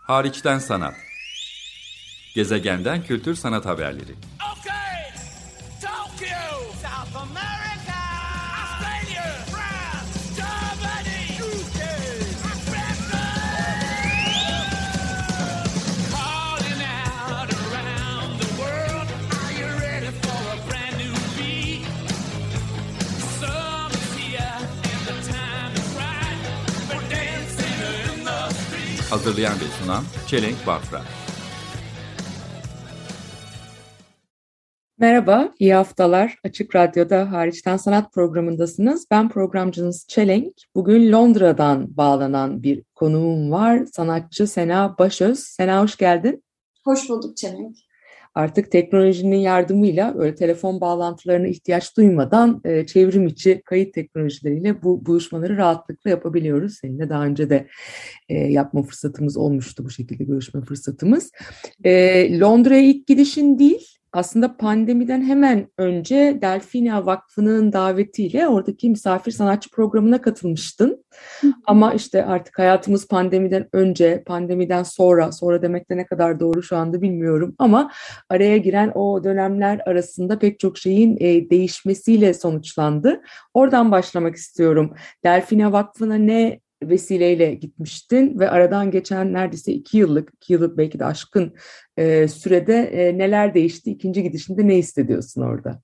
Hariçten sanat. Gezegenden kültür sanat haberleri. Okay, Tokyo, South America, Australia, France, Germany, UK, Africa. Calling out around the world. Are you ready for a brand new beat? Summer's here and the time is right. We're dancing in the street. Hazırlayan ve sunan Çelenk Bafra. Merhaba, iyi haftalar. Açık Radyo'da Hariçten Sanat programındasınız. Ben programcınız Çelenk. Bugün Londra'dan bağlanan bir konuğum var. Sanatçı Sena Başöz. Sena hoş geldin. Hoş bulduk Çelenk. Artık teknolojinin yardımıyla öyle telefon bağlantılarına ihtiyaç duymadan çevrim içi kayıt teknolojileriyle bu buluşmaları rahatlıkla yapabiliyoruz. Seninle daha önce de yapma fırsatımız olmuştu, bu şekilde görüşme fırsatımız. Londra'ya ilk gidişin değil, aslında pandemiden hemen önce Delfina Vakfı'nın davetiyle oradaki misafir sanatçı programına katılmıştın. Ama işte artık hayatımız pandemiden önce, pandemiden sonra demek de ne kadar doğru şu anda bilmiyorum. Ama araya giren o dönemler arasında pek çok şeyin değişmesiyle sonuçlandı. Oradan başlamak istiyorum. Delfina Vakfı'na ne vesileyle gitmiştin ve aradan geçen neredeyse 2 yıllık belki de aşkın sürede neler değişti? İkinci gidişinde ne hissediyorsun orada?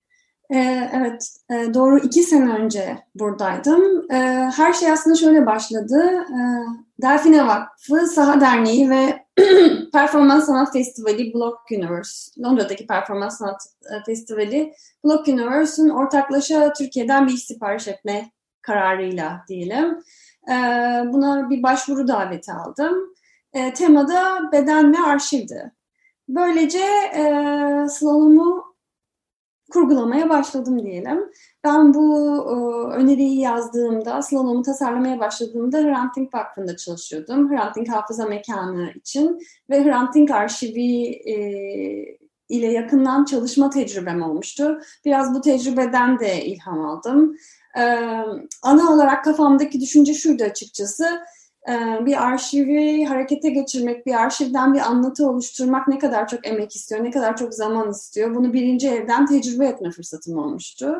Evet, doğru 2 sene önce buradaydım. Her şey aslında şöyle başladı. Delfina Vakfı, Saha Derneği ve Performans Sanat Festivali Block Universe, Londra'daki Performans Sanat Festivali Block Universe'ün ortaklaşa Türkiye'den bir iş sipariş etme kararıyla diyelim. Buna bir başvuru daveti aldım. Temada beden ve arşivdi. Böylece slalomu kurgulamaya başladım diyelim. Ben bu öneriyi yazdığımda, slalomu tasarlamaya başladığımda Hrant Dink Vakfı'nda çalışıyordum. Hrant Dink Hafıza Mekanı için ve Hrant Dink Arşivi ile yakından çalışma tecrübem olmuştu. Biraz bu tecrübeden de ilham aldım. Ana olarak kafamdaki düşünce şuydu açıkçası. Bir arşivi harekete geçirmek, bir arşivden bir anlatı oluşturmak ne kadar çok emek istiyor, ne kadar çok zaman istiyor. Bunu birinci elden tecrübe etme fırsatım olmuştu.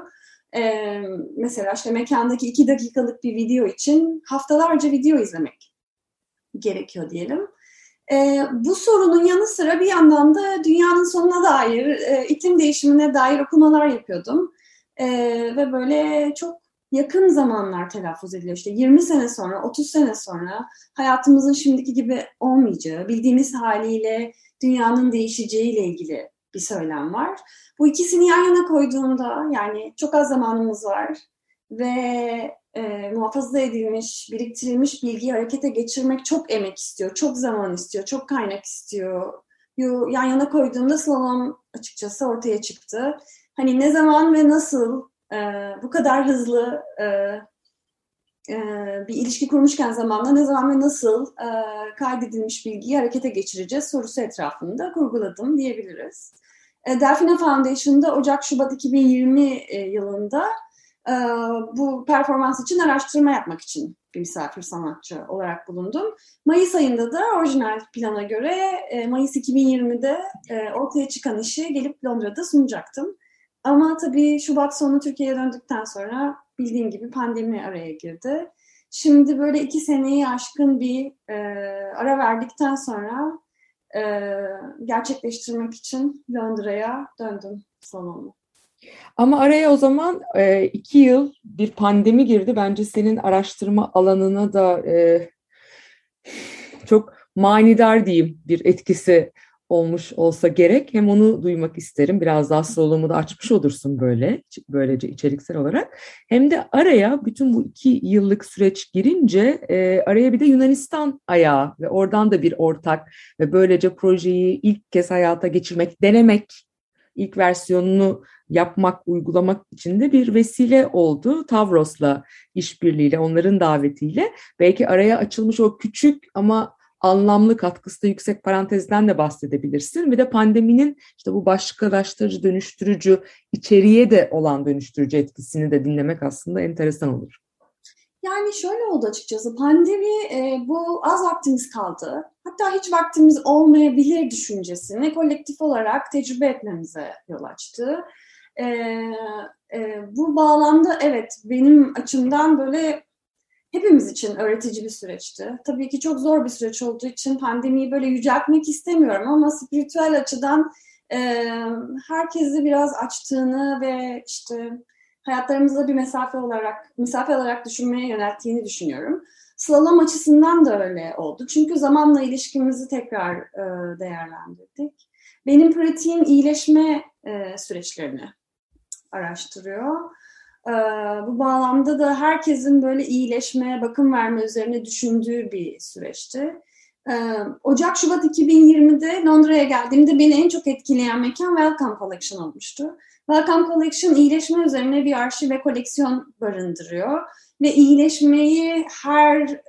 Mesela işte mekandaki 2 dakikalık bir video için haftalarca video izlemek gerekiyor diyelim. Bu sorunun yanı sıra bir yandan da dünyanın sonuna dair, iklim değişimine dair okumalar yapıyordum. Ve böyle çok yakın zamanlar telaffuz ediliyor. İşte 20 sene sonra, 30 sene sonra hayatımızın şimdiki gibi olmayacağı, bildiğimiz haliyle dünyanın değişeceğiyle ilgili bir söylem var. Bu ikisini yan yana koyduğumda, yani çok az zamanımız var ve muhafaza edilmiş, biriktirilmiş bilgiyi harekete geçirmek çok emek istiyor, çok zaman istiyor, çok kaynak istiyor. Yan yana koyduğumda slalom açıkçası ortaya çıktı. Hani ne zaman ve nasıl bu kadar hızlı bir ilişki kurmuşken zamanla ne zaman ve nasıl kaydedilmiş bilgiyi harekete geçireceğiz sorusu etrafında kurguladım diyebiliriz. Delfina Foundation'da Ocak-Şubat 2020 yılında bu performans için araştırma yapmak için bir misafir sanatçı olarak bulundum. Mayıs ayında da orijinal plana göre Mayıs 2020'de ortaya çıkan işi gelip Londra'da sunacaktım. Ama tabii Şubat sonu Türkiye'ye döndükten sonra bildiğin gibi pandemi araya girdi. Şimdi böyle 2 seneyi aşkın bir ara verdikten sonra gerçekleştirmek için Londra'ya döndüm salonumu. Ama araya o zaman 2 yıl bir pandemi girdi. Bence senin araştırma alanına da çok manidar diyeyim bir etkisi olmuş olsa gerek. Hem onu duymak isterim. Biraz daha solumu da açmış olursun böylece içeriksel olarak. Hem de araya bütün bu 2 yıllık süreç girince araya bir de Yunanistan ayağı ve oradan da bir ortak ve böylece projeyi ilk kez hayata geçirmek, denemek, ilk versiyonunu yapmak, uygulamak için de bir vesile oldu. Tavros'la işbirliğiyle, onların davetiyle. Belki araya açılmış o küçük ama anlamlı, katkısı da yüksek parantezden de bahsedebilirsin. Bir de pandeminin işte bu başkalaştırıcı, dönüştürücü, içeriye de olan dönüştürücü etkisini de dinlemek aslında enteresan olur. Yani şöyle oldu açıkçası. Pandemi, bu az vaktimiz kaldı. hatta hiç vaktimiz olmayabilir düşüncesini kolektif olarak tecrübe etmemize yol açtı. Bu bağlamda evet benim açımdan böyle hepimiz için öğretici bir süreçti. Tabii ki çok zor bir süreç olduğu için pandemiyi böyle yüceltmek istemiyorum ama spiritüel açıdan herkesi biraz açtığını ve işte hayatlarımızda bir mesafe olarak düşünmeye yönelttiğini düşünüyorum. Slalom açısından da öyle oldu. Çünkü zamanla ilişkimizi tekrar değerlendirdik. Benim pratiğim iyileşme süreçlerini araştırıyor. Bu bağlamda da herkesin böyle iyileşme, bakım verme üzerine düşündüğü bir süreçti. Ocak-Şubat 2020'de Londra'ya geldiğimde beni en çok etkileyen mekan Wellcome Collection olmuştu. Wellcome Collection iyileşme üzerine bir arşiv ve koleksiyon barındırıyor. Ve iyileşmeyi her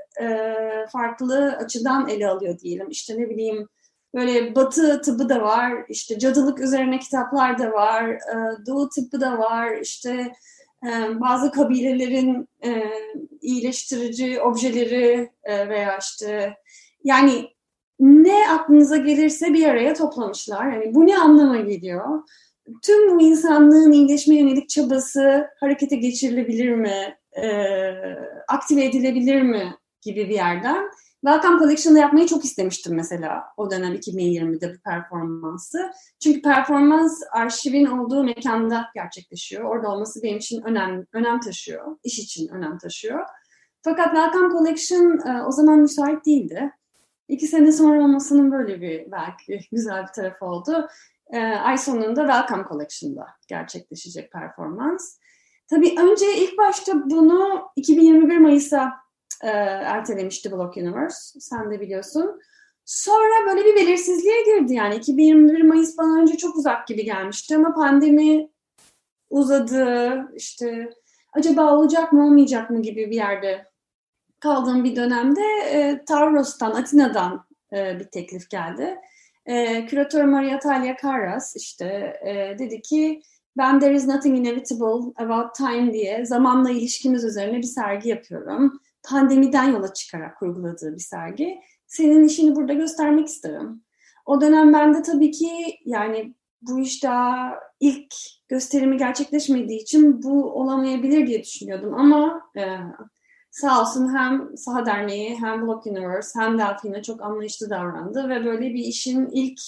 farklı açıdan ele alıyor diyelim. İşte ne bileyim böyle Batı tıbbı da var, işte cadılık üzerine kitaplar da var, Doğu tıbbı da var, işte bazı kabilelerin iyileştirici objeleri veya işte yani ne aklınıza gelirse bir araya toplamışlar. Yani bu ne anlama geliyor? Tüm bu insanlığın iyileşmeye yönelik çabası harekete geçirilebilir mi? Aktive edilebilir mi gibi bir yerden. Welcome Collection'da yapmayı çok istemiştim mesela o dönem 2020'de bu performansı. Çünkü performans arşivin olduğu mekanda gerçekleşiyor. Orada olması benim için önem taşıyor. İş için önem taşıyor. Fakat Welcome Collection o zaman müsait değildi. 2 sene sonra olmasının böyle bir belki güzel bir tarafı oldu. Ay sonunda Welcome Collection'da gerçekleşecek performans. Tabii önce ilk başta bunu 2021 Mayıs'a ertelemişti Block Universe. Sen de biliyorsun. Sonra böyle bir belirsizliğe girdi. Yani 2021 Mayıs'tan önce çok uzak gibi gelmişti ama pandemi uzadı. İşte acaba olacak mı olmayacak mı gibi bir yerde kaldığım bir dönemde Tavros'tan, Atina'dan bir teklif geldi. Küratör Maria Talia Carras işte dedi ki ben There is Nothing Inevitable About Time diye zamanla ilişkimiz üzerine bir sergi yapıyorum. Pandemiden yola çıkarak kurguladığı bir sergi. Senin işini burada göstermek isterim. O dönem ben de tabii ki yani bu iş daha ilk gösterimi gerçekleşmediği için bu olamayabilir diye düşünüyordum ama sağ olsun hem Saha Derneği hem Block Universe hem Delfina çok anlayışlı davrandı ve böyle bir işin ilk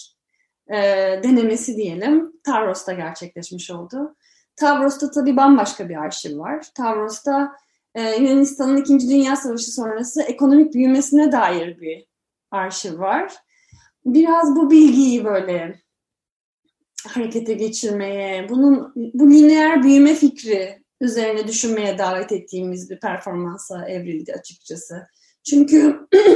denemesi diyelim Tavros'ta gerçekleşmiş oldu. Tavros'ta tabii bambaşka bir arşiv var. Tavros'ta Yunanistan'ın 2. Dünya Savaşı sonrası ekonomik büyümesine dair bir arşiv var. Biraz bu bilgiyi böyle harekete geçirmeye, bu lineer büyüme fikri üzerine düşünmeye davet ettiğimiz bir performansa evrildi açıkçası. Çünkü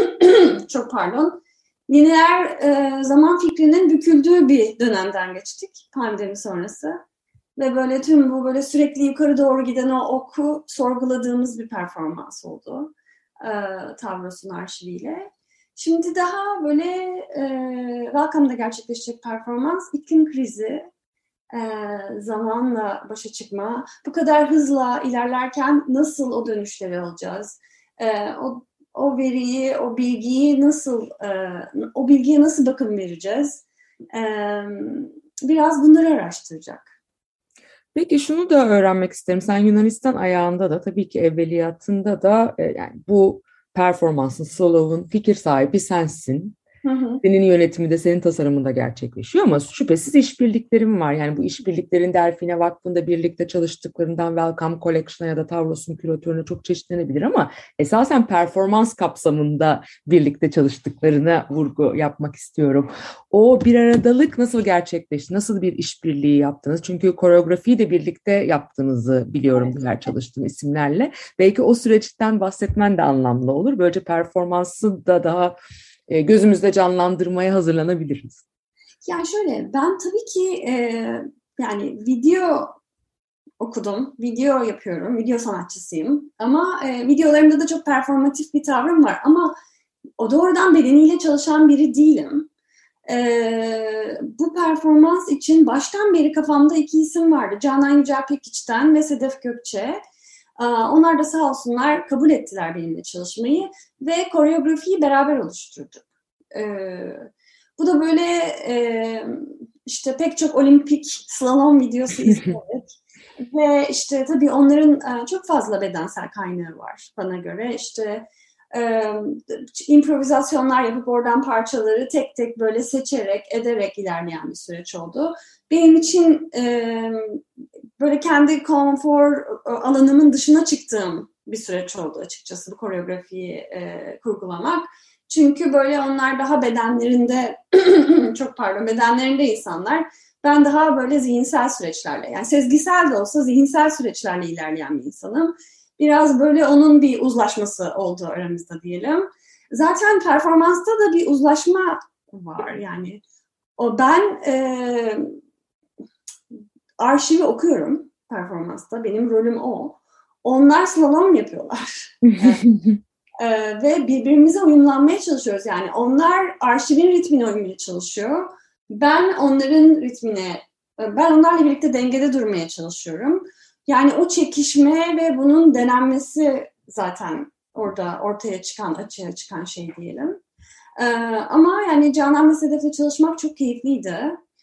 çok pardon, lineer zaman fikrinin büküldüğü bir dönemden geçtik pandemi sonrası. Ve böyle tüm bu böyle sürekli yukarı doğru giden o oku sorguladığımız bir performans oldu Tavros'un arşiviyle. Şimdi daha böyle Welcome'da gerçekleşecek performans, iklim krizi, zamanla başa çıkma, bu kadar hızla ilerlerken nasıl o dönüşleri alacağız? O veriyi, o bilgiyi o bilgiye nasıl bakım vereceğiz? Biraz bunları araştıracak. Peki şunu da öğrenmek isterim. Sen Yunanistan ayağında da tabii ki evveliyatında da yani bu performansın, slow'un fikir sahibi sensin. Hı hı. Senin yönetiminde, senin tasarımında gerçekleşiyor ama şüphesiz işbirliklerim var. Yani bu işbirliklerin Delfine Vakfı'nda birlikte çalıştıklarından Welcome Collection'a ya da Tavros'un küratörüne çok çeşitlenebilir ama esasen performans kapsamında birlikte çalıştıklarına vurgu yapmak istiyorum. O bir aradalık nasıl gerçekleşti? Nasıl bir işbirliği yaptınız? Çünkü koreografiyi de birlikte yaptığınızı biliyorum diğer çalıştığım isimlerle. Belki o süreçten bahsetmen de anlamlı olur. Böylece performansı da daha gözümüzde canlandırmaya hazırlanabiliriz. Yani şöyle, ben tabii ki yani video okudum, video yapıyorum, video sanatçısıyım. Ama videolarımda da çok performatif bir tavrım var. Ama o doğrudan bedeniyle çalışan biri değilim. Bu performans için baştan beri kafamda 2 isim vardı. Canan Yücel Pekiç'ten ve Sedef Gökçe. Onlar da sağ olsunlar kabul ettiler benimle çalışmayı ve koreografiyi beraber oluşturduk. Bu da böyle işte pek çok olimpik slalom videosu izledik. Ve işte tabii onların çok fazla bedensel kaynağı var bana göre. İşte improvizasyonlar yapıp oradan parçaları tek tek böyle seçerek, ederek ilerleyen bir süreç oldu. Benim için böyle kendi konfor alanımın dışına çıktığım bir süreç oldu açıkçası bu koreografiyi kurgulamak. Çünkü böyle onlar daha bedenlerinde, bedenlerinde insanlar. Ben daha böyle zihinsel süreçlerle, yani sezgisel de olsa zihinsel süreçlerle ilerleyen bir insanım. Biraz böyle onun bir uzlaşması oldu aramızda diyelim. Zaten performansta da bir uzlaşma var. Yani ben arşivi okuyorum performansta. Benim rolüm o. Onlar slalom yapıyorlar. Ve birbirimize uyumlanmaya çalışıyoruz. Yani onlar arşivin ritmine uymaya çalışıyor. Ben onlarla birlikte dengede durmaya çalışıyorum. Yani o çekişme ve bunun denenmesi zaten orada açığa çıkan şey diyelim. Ama yani Canan ve Sedef'le çalışmak çok keyifliydi.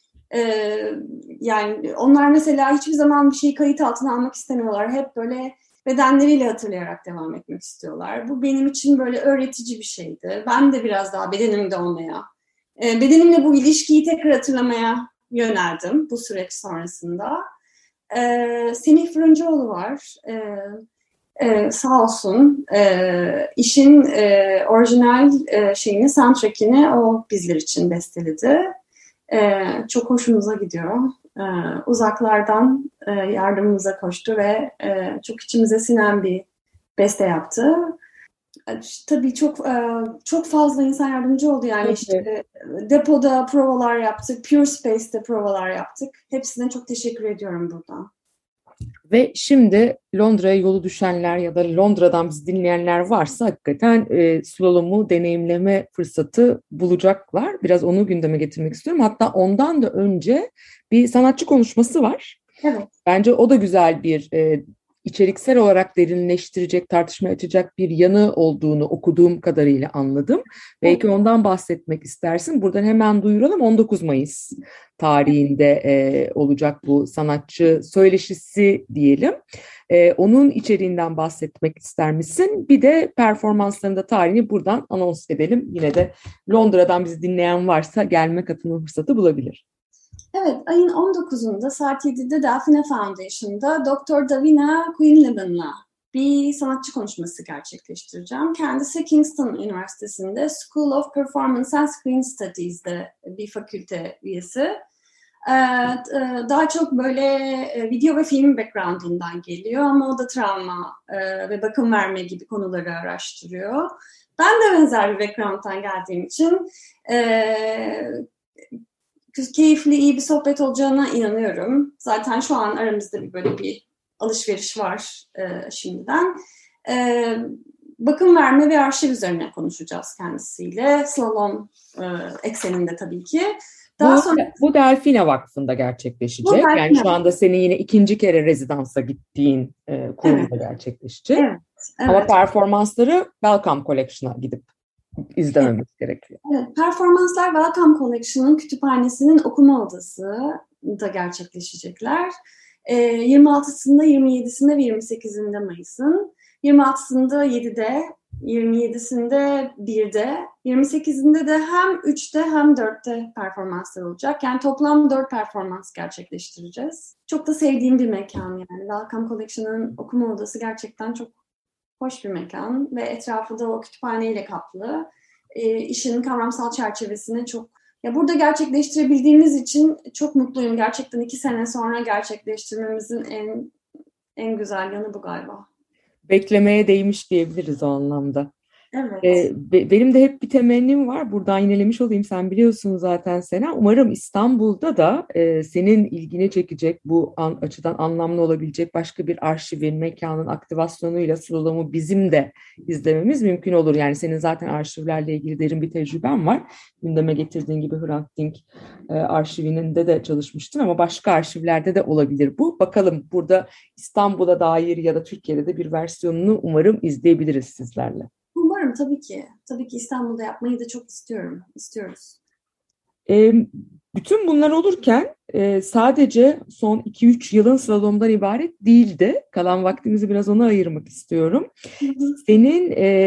Yani onlar mesela hiçbir zaman bir şeyi kayıt altına almak istemiyorlar. Hep böyle bedenleriyle hatırlayarak devam etmek istiyorlar. Bu benim için böyle öğretici bir şeydi. Ben de biraz daha bedenimde olmaya, bedenimle bu ilişkiyi tekrar hatırlamaya yöneldim bu süreç sonrasında. Semih Fırıncıoğlu var. Sağ olsun. İşin orijinal soundtrack'ini o bizler için besteledi. Çok hoşumuza gidiyor. Uzaklardan yardımımıza koştu ve çok içimize sinen bir beste yaptı. Tabii çok fazla insan yardımcı oldu yani. Evet. İşte depoda provalar yaptık, Pure Space'te provalar yaptık. Hepsine çok teşekkür ediyorum buradan. Ve şimdi Londra'ya yolu düşenler ya da Londra'dan bizi dinleyenler varsa hakikaten slalomu deneyimleme fırsatı bulacaklar. Biraz onu gündeme getirmek istiyorum. Hatta ondan da önce bir sanatçı konuşması var. Evet. Bence o da güzel bir içeriksel olarak derinleştirecek, tartışma açacak bir yanı olduğunu okuduğum kadarıyla anladım. Belki ondan bahsetmek istersin. Buradan hemen duyuralım. 19 Mayıs tarihinde olacak bu sanatçı söyleşisi diyelim. Onun içeriğinden bahsetmek ister misin? Bir de performanslarında tarihini buradan anons edelim. Yine de Londra'dan bizi dinleyen varsa gelme katılma fırsatı bulabilir. Evet, ayın 19'unda saat 7'de Delphine Foundation'da Dr. Davina Quinlivan'la bir sanatçı konuşması gerçekleştireceğim. Kendisi Kingston Üniversitesi'nde School of Performance and Screen Studies'de bir fakülte üyesi. Daha çok böyle video ve film background'undan geliyor ama o da travma ve bakım verme gibi konuları araştırıyor. Ben de benzer bir background'dan geldiğim için keyifli, iyi bir sohbet olacağına inanıyorum. Zaten şu an aramızda böyle bir alışveriş var şimdiden. Bakım verme ve arşiv üzerine konuşacağız kendisiyle. Slalom ekseninde tabii ki. Bu Delphine Vakfı'nda gerçekleşecek. Yani şu anda senin yine ikinci kere rezidansa gittiğin kurumda gerçekleşecek. Evet. Ama performansları Welcome Collection'a gidip izlememiz gerekiyor. Evet, performanslar Welcome Collection'ın kütüphanesinin okuma odası da gerçekleşecekler. 26'sında, 27'sinde ve 28'inde Mayıs'ın. 26'sında 7'de, 27'sinde 1'de, 28'inde de hem 3'te hem 4'te performanslar olacak. Yani toplam 4 performans gerçekleştireceğiz. Çok da sevdiğim bir mekan yani. Welcome Collection'ın okuma odası gerçekten çok hoş bir mekan ve etrafı da o kütüphaneyle kaplı. İşin kavramsal çerçevesine burada gerçekleştirebildiğimiz için çok mutluyum. Gerçekten 2 sene sonra gerçekleştirmemizin en güzel yanı bu galiba. Beklemeye değmiş diyebiliriz o anlamda. Evet. Benim de hep bir temennim var. Buradan yinelemiş olayım. Sen biliyorsun zaten Sena. Umarım İstanbul'da da senin ilgini çekecek, bu açıdan anlamlı olabilecek başka bir arşivin, mekanın aktivasyonuyla slalomu bizim de izlememiz mümkün olur. Yani senin zaten arşivlerle ilgili derin bir tecrüben var. Gündeme getirdiğin gibi Hrant Dink arşivinin de çalışmıştın ama başka arşivlerde de olabilir bu. Bakalım burada İstanbul'a dair ya da Türkiye'de de bir versiyonunu umarım izleyebiliriz sizlerle. Umarım. tabii ki. Tabii ki İstanbul'da yapmayı da çok istiyoruz. E, Bütün bunlar olurken sadece son 2-3 yılın slalomdan ibaret değildi. Kalan vaktimizi biraz ona ayırmak istiyorum. Hı hı. Senin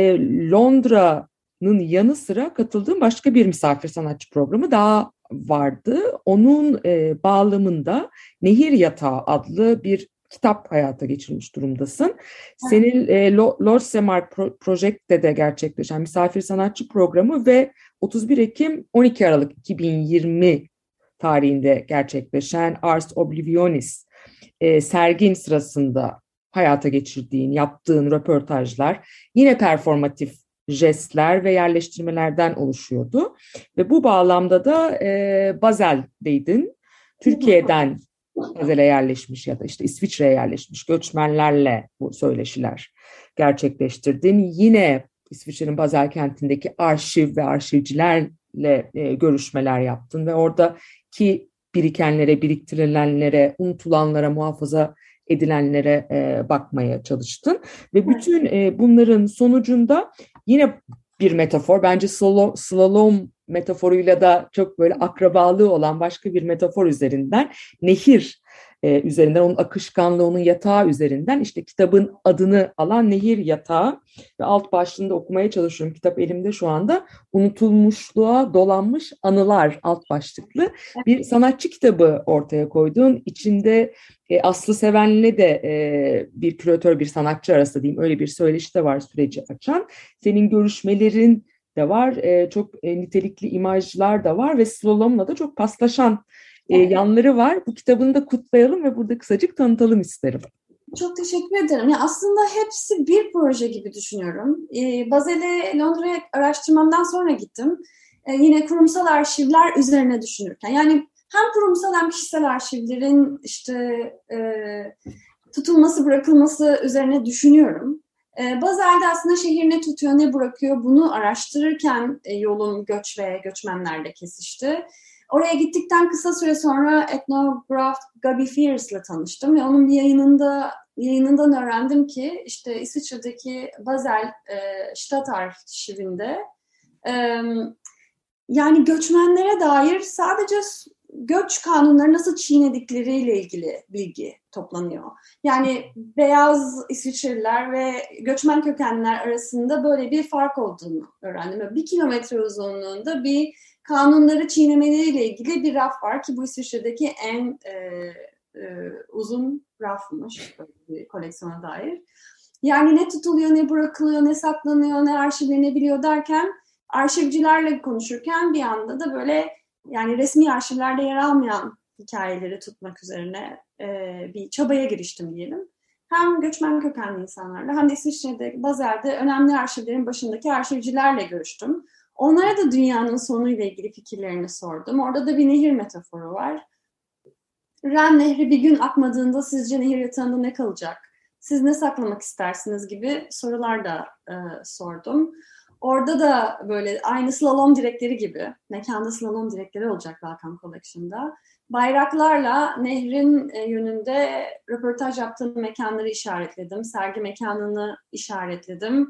Londra'nın yanı sıra katıldığın başka bir misafir sanatçı programı daha vardı. Onun bağlamında Nehir Yatağı adlı bir kitap hayata geçirmiş durumdasın. Senin Lord Semark Project'te de gerçekleşen misafir sanatçı programı ve 31 Ekim 12 Aralık 2020 tarihinde gerçekleşen Ars Oblivionis sergin sırasında hayata geçirdiğin, yaptığın röportajlar yine performatif jestler ve yerleştirmelerden oluşuyordu. Ve bu bağlamda da Basel'deydin. Türkiye'den Basel'e yerleşmiş ya da işte İsviçre'ye yerleşmiş göçmenlerle bu söyleşiler gerçekleştirdin. Yine İsviçre'nin Basel kentindeki arşiv ve arşivcilerle görüşmeler yaptın ve oradaki birikenlere, biriktirilenlere, unutulanlara, muhafaza edilenlere bakmaya çalıştın. Ve bütün bunların sonucunda yine bir metafor, bence slalom metaforuyla da çok böyle akrabalığı olan başka bir metafor üzerinden, nehir üzerinden, onun akışkanlığı, onun yatağı üzerinden, işte kitabın adını alan Nehir Yatağı ve alt başlığında okumaya çalışıyorum. Kitap elimde şu anda. Unutulmuşluğa dolanmış anılar alt başlıklı bir sanatçı kitabı ortaya koyduğun, içinde Aslı Seven'le de bir küratör, bir sanatçı arasında diyeyim, öyle bir söyleşi de var süreci açan. Senin görüşmelerin de var, çok nitelikli imajlar da var ve slalomla da çok paslaşan yanları var. Bu kitabını da kutlayalım ve burada kısacık tanıtalım isterim. Çok teşekkür ederim. Ya aslında hepsi bir proje gibi düşünüyorum. Basel'e, Londra'ya araştırmamdan sonra gittim. Yine kurumsal arşivler üzerine düşünürken, yani hem kurumsal hem kişisel arşivlerin işte tutulması, bırakılması üzerine düşünüyorum. Basel'de aslında şehir ne tutuyor, ne bırakıyor, bunu araştırırken yolum göç ve göçmenlerle kesişti. Oraya gittikten kısa süre sonra etnograf Gaby Fierce'la tanıştım ve onun bir yayınından öğrendim ki işte İsviçre'deki Basel Stadtarchivinde yani göçmenlere dair sadece göç kanunları nasıl çiğnedikleriyle ilgili bilgi toplanıyor. Yani beyaz İsviçreliler ve göçmen kökenliler arasında böyle bir fark olduğunu öğrendim. 1 kilometre uzunluğunda bir kanunları çiğnemeleriyle ilgili bir raf var ki bu İsviçre'deki en uzun rafmış bir koleksiyona dair. Yani ne tutuluyor, ne bırakılıyor, ne saklanıyor, ne arşivlenebiliyor derken arşivcilerle konuşurken bir anda da böyle yani resmi arşivlerde yer almayan hikayeleri tutmak üzerine bir çabaya giriştim diyelim. Hem göçmen kökenli insanlarla hem de İsviçre'de, Basel'de önemli arşivlerin başındaki arşivcilerle görüştüm. Onlara da dünyanın sonuyla ilgili fikirlerini sordum. Orada da bir nehir metaforu var. Ren Nehri bir gün akmadığında sizce nehir yatağında ne kalacak? Siz ne saklamak istersiniz gibi sorular da sordum. Orada da böyle aynı slalom direkleri gibi, mekanda slalom direkleri olacak Welcome Collection'da. Bayraklarla nehrin yönünde röportaj yaptığım mekanları işaretledim. Sergi mekanını işaretledim.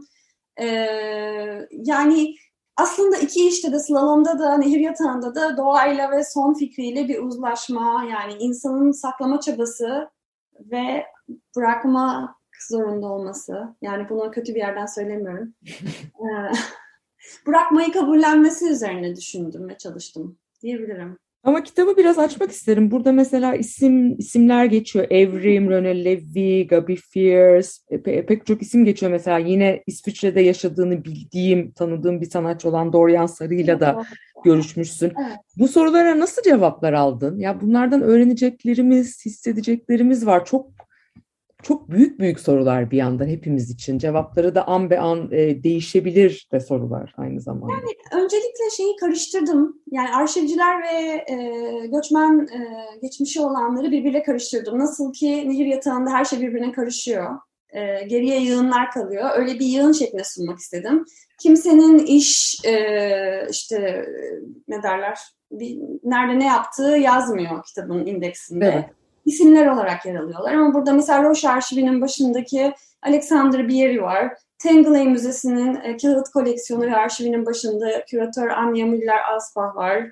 Yani aslında iki işte de, slalomda da nehir yatağında da doğayla ve son fikriyle bir uzlaşma, yani insanın saklama çabası ve bırakma zorunda olması. Yani bunu kötü bir yerden söylemiyorum. Bırakmayı kabullenmesi üzerine düşündüm ve çalıştım diyebilirim. Ama kitabı biraz açmak isterim. Burada mesela isimler geçiyor. Evrim, René Lévy, Gaby Fierce, pek çok isim geçiyor mesela. Yine İsviçre'de yaşadığını bildiğim, tanıdığım bir sanatçı olan Dorian Sarı'yla da görüşmüşsün. Evet. Bu sorulara nasıl cevaplar aldın? Ya bunlardan öğreneceklerimiz, hissedeceklerimiz var. Çok büyük sorular bir yandan hepimiz için. Cevapları da an be an değişebilir de sorular aynı zamanda. Yani öncelikle şeyi karıştırdım. Yani arşivciler ve göçmen geçmişi olanları birbirine karıştırdım. Nasıl ki nehir yatağında her şey birbirine karışıyor. Geriye yığınlar kalıyor. Öyle bir yığın şeklinde sunmak istedim. Kimsenin iş işte ne derler, nerede ne yaptığı yazmıyor kitabın indeksinde. Evet. İsimler olarak yer alıyorlar ama burada mesela Roche arşivinin başındaki Alexander Bierry var. Tingley Müzesi'nin kağıt koleksiyonu ve arşivinin başında küratör Anja Müller-Asbach var.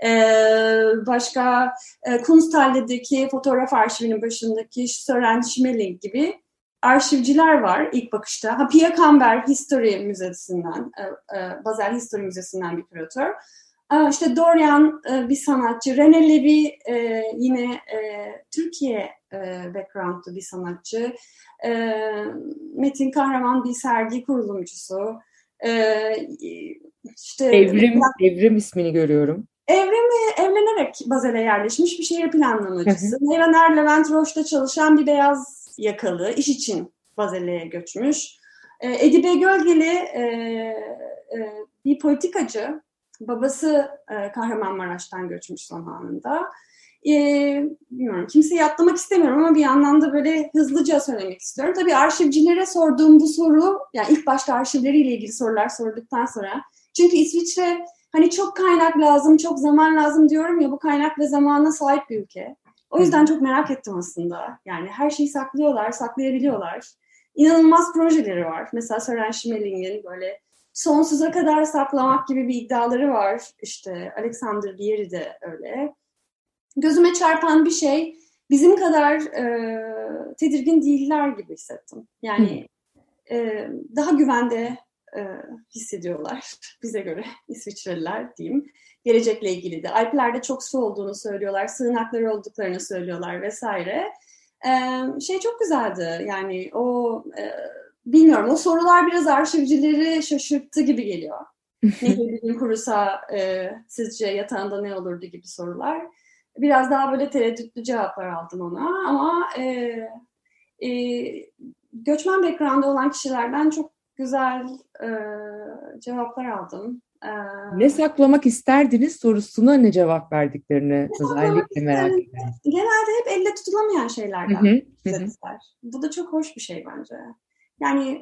Başka Kunsthalle'deki fotoğraf arşivinin başındaki Sören Schmeling gibi arşivciler var ilk bakışta. Pia Kamber History Müzesi'nden, Basel History Müzesi'nden bir küratör. İşte Dorian bir sanatçı, René Levy yine Türkiye background'lı bir sanatçı, Metin Kahraman bir sergi kurulumcusu, işte Evrim ismini görüyorum. Evlenerek Basel'e yerleşmiş bir şehir planlamacısı. Nevener Levent Roche'da çalışan bir beyaz yakalı, iş için Basel'e göçmüş. Edibe Gölgeli bir politikacı. Babası Kahramanmaraş'tan göçmüş zamanında. Bilmiyorum, kimseyi atlamak istemiyorum ama bir yandan da böyle hızlıca söylemek istiyorum. Tabii arşivcilere sorduğum bu soru, yani ilk başta arşivleriyle ilgili sorular sorduktan sonra. Çünkü İsviçre hani çok kaynak lazım, çok zaman lazım diyorum ya, bu kaynak ve zamana sahip bir ülke. O yüzden çok merak ettim aslında. Yani her şeyi saklıyorlar, saklayabiliyorlar. İnanılmaz projeleri var. Mesela Sören Schmeling'in böyle sonsuza kadar saklamak gibi bir iddiaları var. İşte Alexander Bier'i de öyle. Gözüme çarpan bir şey, bizim kadar tedirgin değiller gibi hissettim. Yani daha güvende hissediyorlar bize göre İsviçreliler diyeyim. Gelecekle ilgili de. Alplerde çok su olduğunu söylüyorlar, sığınakları olduklarını söylüyorlar vesaire. Çok güzeldi. Yani bilmiyorum, o sorular biraz arşivcileri şaşırttı gibi geliyor. Nehir bir gün kurusa sizce yatağında ne olurdu gibi sorular. Biraz daha böyle tereddütlü cevaplar aldım ona ama göçmen background'ı olan kişilerden çok güzel cevaplar aldım. Ne saklamak isterdiniz sorusuna ne cevap verdiklerini özellikle merak ediyorum. Genelde hep elle tutulamayan şeylerden söz ettiler. Bu da çok hoş bir şey bence. Yani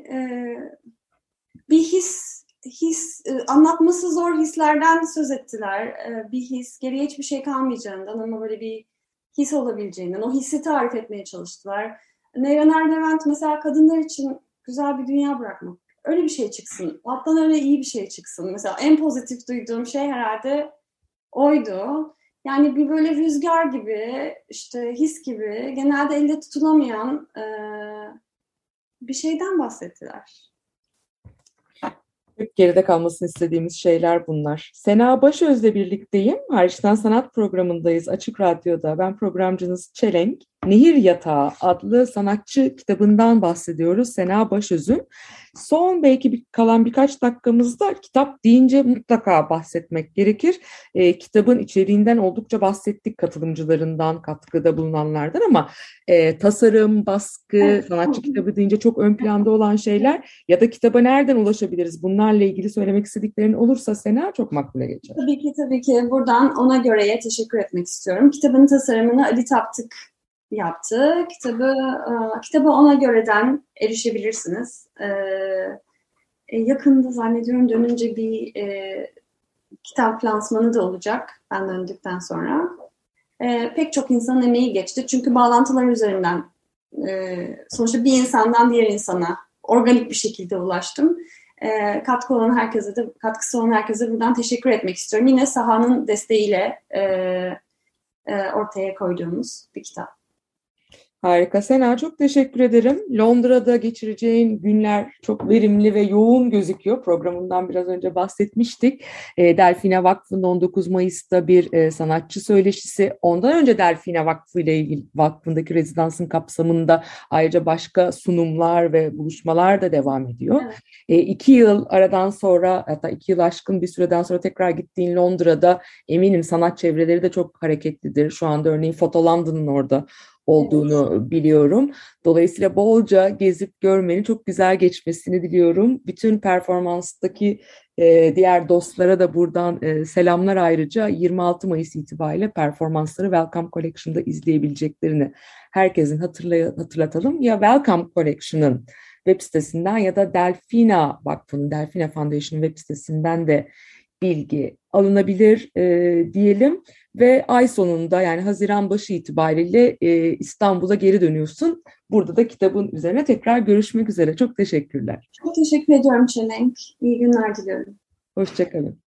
bir his anlatması zor hislerden söz ettiler. Bir his, geriye hiçbir şey kalmayacağından ama böyle bir his olabileceğinden, o hissi tarif etmeye çalıştılar. Nevener Levent mesela kadınlar için güzel bir dünya bırakmak. Öyle bir şey çıksın. Alttan öyle iyi bir şey çıksın. Mesela en pozitif duyduğum şey herhalde oydu. Yani bir böyle rüzgar gibi, işte his gibi, genelde elde tutulamayan bir şeyden bahsettiler. Hep geride kalmasını istediğimiz şeyler bunlar. Sena Başöz'le birlikteyim. Hariçten Sanat programındayız Açık Radyo'da. Ben programcınız Çelenk. Nehir Yatağı adlı sanatçı kitabından bahsediyoruz. Sena Başöz'ün. Son belki kalan birkaç dakikamızda kitap deyince mutlaka bahsetmek gerekir. Kitabın içeriğinden oldukça bahsettik, katılımcılarından, katkıda bulunanlardan ama tasarım, baskı, sanatçı kitabı deyince çok ön planda olan şeyler ya da kitaba nereden ulaşabiliriz? Bunlarla ilgili söylemek istediklerin olursa Sena çok makbule geçer. Tabii ki. Buradan ona göreye teşekkür etmek istiyorum. Kitabın tasarımını Ali Taptık yaptı. Kitabı ona göreden erişebilirsiniz. Yakında zannediyorum dönünce bir kitap lansmanı da olacak ben döndükten sonra. Pek çok insanın emeği geçti. Çünkü bağlantılar üzerinden sonuçta bir insandan diğer insana organik bir şekilde ulaştım. Katkısı olan herkese buradan teşekkür etmek istiyorum. Yine sahanın desteğiyle ortaya koyduğumuz bir kitap. Harika. Sena, çok teşekkür ederim. Londra'da geçireceğin günler çok verimli ve yoğun gözüküyor. Programından biraz önce bahsetmiştik. Delfina Vakfı'nın 19 Mayıs'ta bir sanatçı söyleşisi. Ondan önce Delfina Vakfı ile ilgili vakfındaki rezidansın kapsamında ayrıca başka sunumlar ve buluşmalar da devam ediyor. Evet. 2 yıl aradan sonra, hatta 2 yıl aşkın bir süreden sonra tekrar gittiğin Londra'da eminim sanat çevreleri de çok hareketlidir. Şu anda örneğin Photo London'ın orada olduğunu biliyorum. Dolayısıyla bolca gezip görmenin çok güzel geçmesini diliyorum. Bütün performanstaki diğer dostlara da buradan selamlar ayrıca. 26 Mayıs itibariyle performansları Welcome Collection'da izleyebileceklerini herkesin hatırlatalım. Ya Welcome Collection'ın web sitesinden ya da Delfina Vakfı'nın, Delfina Foundation'ın web sitesinden de bilgi alınabilir diyelim ve ay sonunda yani Haziran başı itibariyle İstanbul'a geri dönüyorsun. burada da kitabın üzerine tekrar görüşmek üzere. Çok teşekkürler. Çok teşekkür ediyorum Çelenk. İyi günler diliyorum. Hoşça kalın.